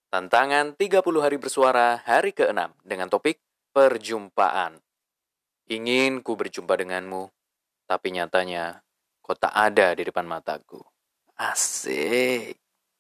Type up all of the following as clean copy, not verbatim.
Tantangan 30 hari bersuara hari ke-6 dengan topik perjumpaan. Ingin ku berjumpa denganmu, tapi nyatanya kau tak ada di depan mataku. Asik.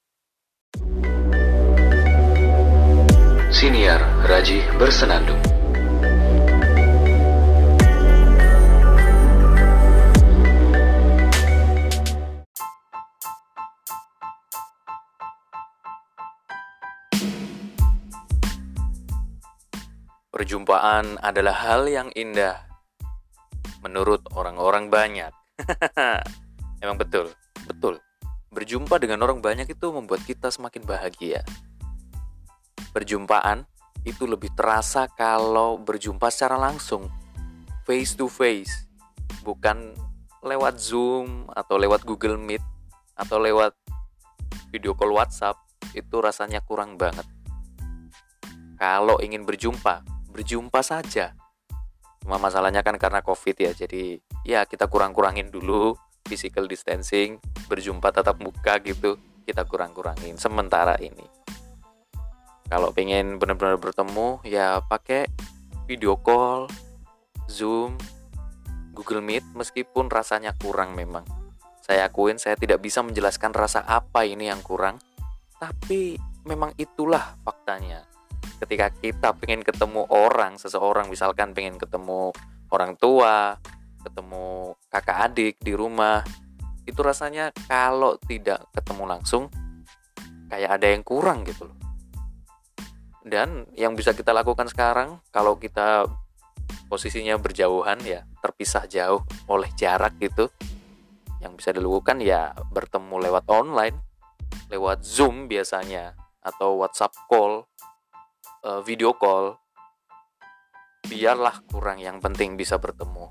Siniar Raji Bersenandung. Perjumpaan adalah hal yang indah menurut orang-orang banyak. Emang betul. Berjumpa dengan orang banyak itu membuat kita semakin bahagia. Perjumpaan itu lebih terasa kalau berjumpa secara langsung, face to face, bukan lewat Zoom atau lewat Google Meet atau lewat video call WhatsApp. Itu rasanya kurang banget. Kalau ingin berjumpa saja. Cuma masalahnya kan karena COVID ya, jadi ya kita kurang-kurangin dulu physical distancing, berjumpa tatap muka gitu, kita kurang-kurangin sementara ini. Kalau pengen benar-benar bertemu ya pakai video call, Zoom, Google Meet, meskipun rasanya kurang memang. Saya akuin saya tidak bisa menjelaskan rasa apa ini yang kurang, tapi memang itulah faktanya. Ketika kita pengen ketemu seseorang misalkan pengen ketemu orang tua, ketemu kakak adik di rumah, itu rasanya kalau tidak ketemu langsung kayak ada yang kurang gitu loh. Dan yang bisa kita lakukan sekarang kalau kita posisinya berjauhan ya, terpisah jauh oleh jarak gitu, yang bisa dilakukan ya bertemu lewat online, lewat Zoom biasanya, atau WhatsApp call, video call. Biarlah kurang, yang penting bisa bertemu.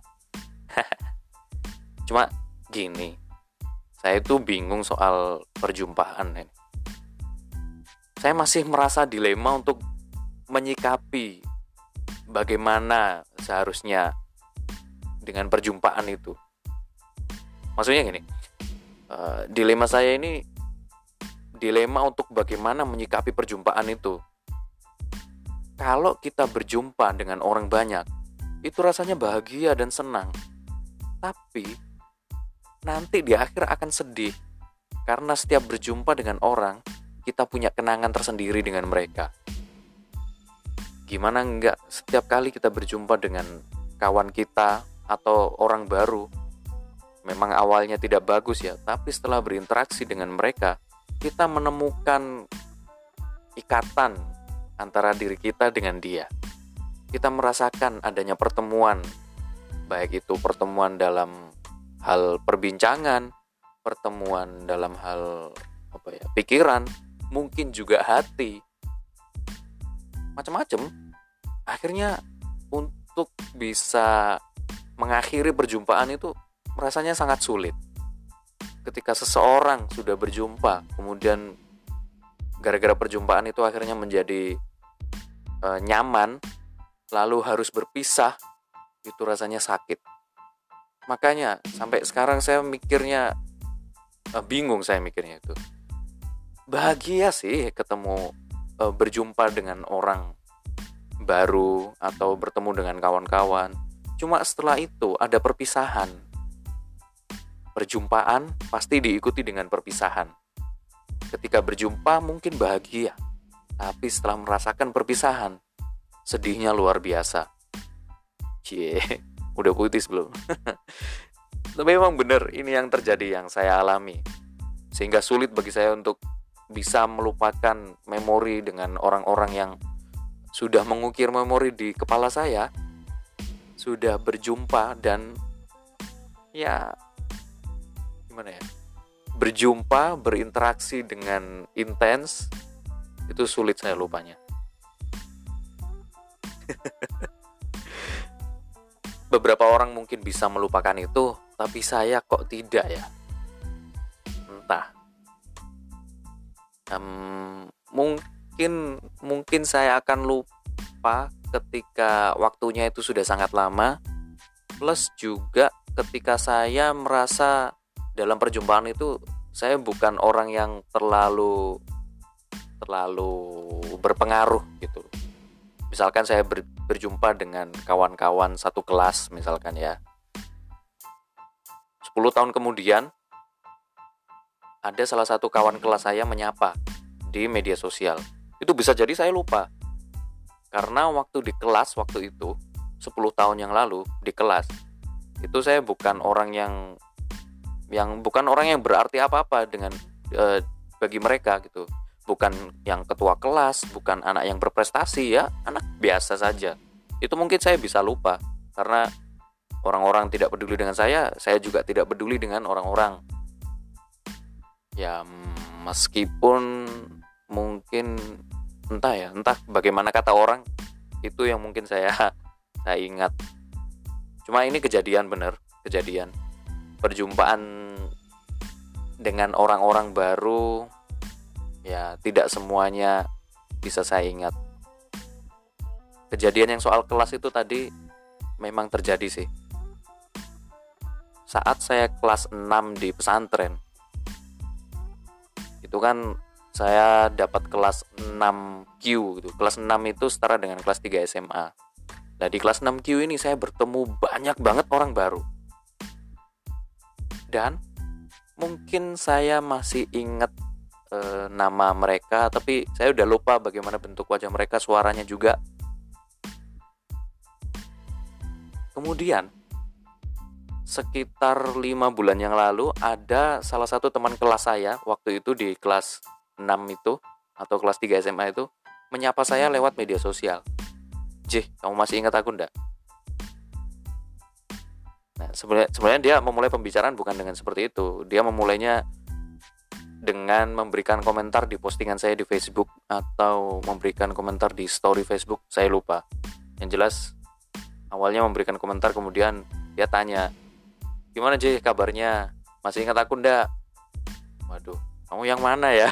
Cuma gini, saya tuh bingung soal perjumpaan ini. Saya masih merasa dilema untuk menyikapi bagaimana seharusnya dengan perjumpaan itu. Maksudnya gini, dilema saya ini dilema untuk bagaimana menyikapi perjumpaan itu. Kalau kita berjumpa dengan orang banyak, itu rasanya bahagia dan senang. Tapi nanti di akhir akan sedih, karena setiap berjumpa dengan orang, kita punya kenangan tersendiri dengan mereka. Gimana enggak setiap kali kita berjumpa dengan kawan kita atau orang baru, memang awalnya tidak bagus ya, tapi setelah berinteraksi dengan mereka, kita menemukan ikatan antara diri kita dengan dia. Kita merasakan adanya pertemuan, baik itu pertemuan dalam hal perbincangan, pertemuan dalam hal pikiran, mungkin juga hati, macam-macam. Akhirnya untuk bisa mengakhiri perjumpaan itu rasanya sangat sulit. Ketika seseorang sudah berjumpa, kemudian gara-gara perjumpaan itu akhirnya menjadi nyaman, lalu harus berpisah, itu rasanya sakit. Makanya sampai sekarang saya mikirnya bingung, saya mikirnya itu. Bahagia sih ketemu, berjumpa dengan orang baru atau bertemu dengan kawan-kawan. Cuma setelah itu ada perpisahan. Perjumpaan pasti diikuti dengan perpisahan. Ketika berjumpa mungkin bahagia, tapi setelah merasakan perpisahan, sedihnya luar biasa. Udah putus belum? Tapi memang benar, ini yang terjadi, yang saya alami. Sehingga sulit bagi saya untuk bisa melupakan memori dengan orang-orang yang sudah mengukir memori di kepala saya, sudah berjumpa dan ya gimana ya, berjumpa, berinteraksi dengan intens, itu sulit saya lupanya. Beberapa orang mungkin bisa melupakan itu, tapi saya kok tidak ya. Entah. Mungkin saya akan lupa ketika waktunya itu sudah sangat lama, plus juga ketika saya merasa dalam perjumpaan itu saya bukan orang yang terlalu berpengaruh gitu. Misalkan saya berjumpa dengan kawan-kawan satu kelas misalkan ya, 10 tahun kemudian ada salah satu kawan kelas saya menyapa di media sosial. Itu bisa jadi saya lupa, karena waktu di kelas waktu itu 10 tahun yang lalu di kelas itu saya bukan orang yang berarti apa-apa dengan bagi mereka gitu. Bukan yang ketua kelas, bukan anak yang berprestasi, ya anak biasa saja. Itu mungkin saya bisa lupa karena orang-orang tidak peduli dengan saya juga tidak peduli dengan orang-orang. Ya meskipun mungkin entah bagaimana kata orang, itu yang mungkin saya ingat. Cuma ini kejadian perjumpaan dengan orang-orang baru, ya tidak semuanya bisa saya ingat. Kejadian yang soal kelas itu tadi memang terjadi sih. Saat saya kelas 6 di pesantren, itu kan saya dapat kelas 6Q gitu. Kelas 6 itu setara dengan kelas 3 SMA. Nah di kelas 6Q ini saya bertemu banyak banget orang baru. Dan mungkin saya masih ingat nama mereka, tapi saya udah lupa bagaimana bentuk wajah mereka, suaranya juga. Kemudian sekitar 5 bulan yang lalu ada salah satu teman kelas saya waktu itu di kelas 6 itu atau kelas 3 SMA itu menyapa saya lewat media sosial. "Jih, kamu masih ingat aku enggak?" Nah, sebenarnya dia memulai pembicaraan bukan dengan seperti itu. Dia memulainya dengan memberikan komentar di postingan saya di Facebook atau memberikan komentar di story Facebook, saya lupa. Yang jelas awalnya memberikan komentar, kemudian dia tanya, "Gimana Jih kabarnya? Masih ingat aku enggak?" Waduh, kamu yang mana ya?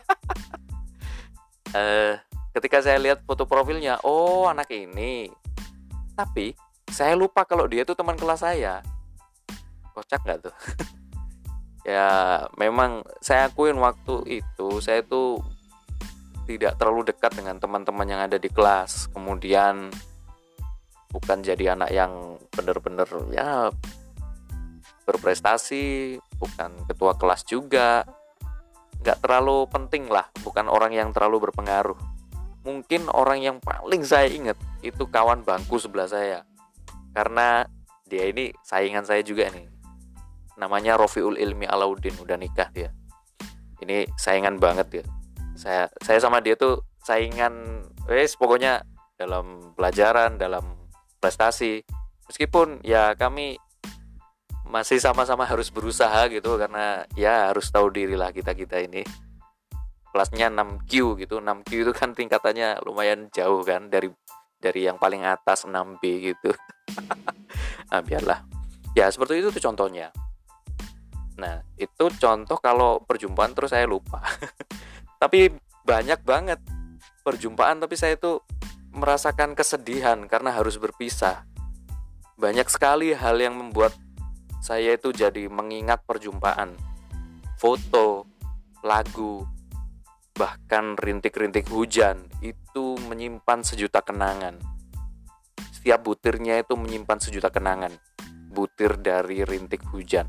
Ketika saya lihat foto profilnya, oh anak ini. Tapi saya lupa kalau dia itu teman kelas saya. Kocak gak tuh? Ya memang saya akuin waktu itu saya itu tidak terlalu dekat dengan teman-teman yang ada di kelas. Kemudian bukan jadi anak yang benar-benar ya berprestasi, bukan ketua kelas juga. Gak terlalu penting lah, bukan orang yang terlalu berpengaruh. Mungkin orang yang paling saya ingat itu kawan bangku sebelah saya, karena dia ini saingan saya juga nih. Namanya Rofiul Ilmi Alauddin, udah nikah dia. Ini saingan banget ya. Saya sama dia tuh saingan, pokoknya dalam pelajaran, dalam prestasi. Meskipun ya kami masih sama-sama harus berusaha gitu, karena ya harus tahu diri lah kita ini. Kelasnya 6Q gitu. 6Q itu kan tingkatannya lumayan jauh kan dari yang paling atas 6B gitu. Nah, biarlah. Ya, seperti itu tuh contohnya. Nah, itu contoh kalau perjumpaan terus saya lupa. Tapi banyak banget perjumpaan tapi saya tuh merasakan kesedihan karena harus berpisah. Banyak sekali hal yang membuat saya itu jadi mengingat perjumpaan. Foto, lagu, bahkan rintik-rintik hujan itu menyimpan sejuta kenangan. Setiap butirnya itu menyimpan sejuta kenangan. Butir dari rintik hujan.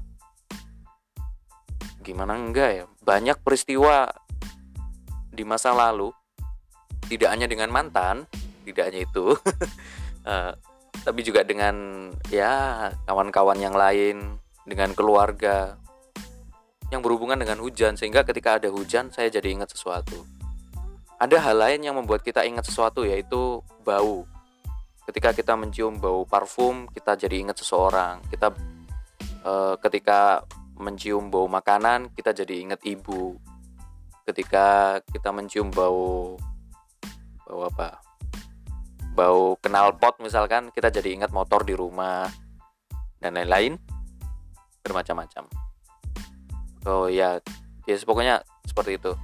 Gimana enggak ya? Banyak peristiwa di masa lalu, tidak hanya dengan mantan, tidak hanya itu, tapi juga dengan ya kawan-kawan yang lain, dengan keluarga, yang berhubungan dengan hujan, sehingga ketika ada hujan saya jadi ingat sesuatu. Ada hal lain yang membuat kita ingat sesuatu, yaitu bau. Ketika kita mencium bau parfum, kita jadi ingat seseorang. Kita ketika mencium bau makanan, kita jadi ingat ibu. Ketika kita mencium bau apa? Bau knalpot misalkan, kita jadi ingat motor di rumah dan lain-lain, bermacam-macam. Oh ya, pokoknya seperti itu.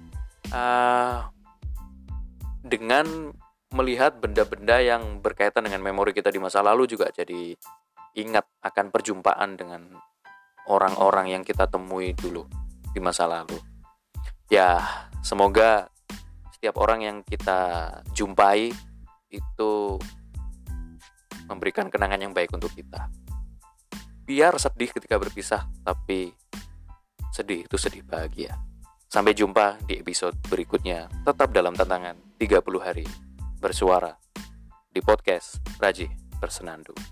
Dengan melihat benda-benda yang berkaitan dengan memori kita di masa lalu, juga jadi ingat akan perjumpaan dengan orang-orang yang kita temui dulu di masa lalu. Ya, semoga setiap orang yang kita jumpai itu memberikan kenangan yang baik untuk kita. Biar sedih ketika berpisah, tapi sedih itu sedih bahagia. Sampai jumpa di episode berikutnya, tetap dalam tantangan 30 hari bersuara di podcast Rajih Bersenandung.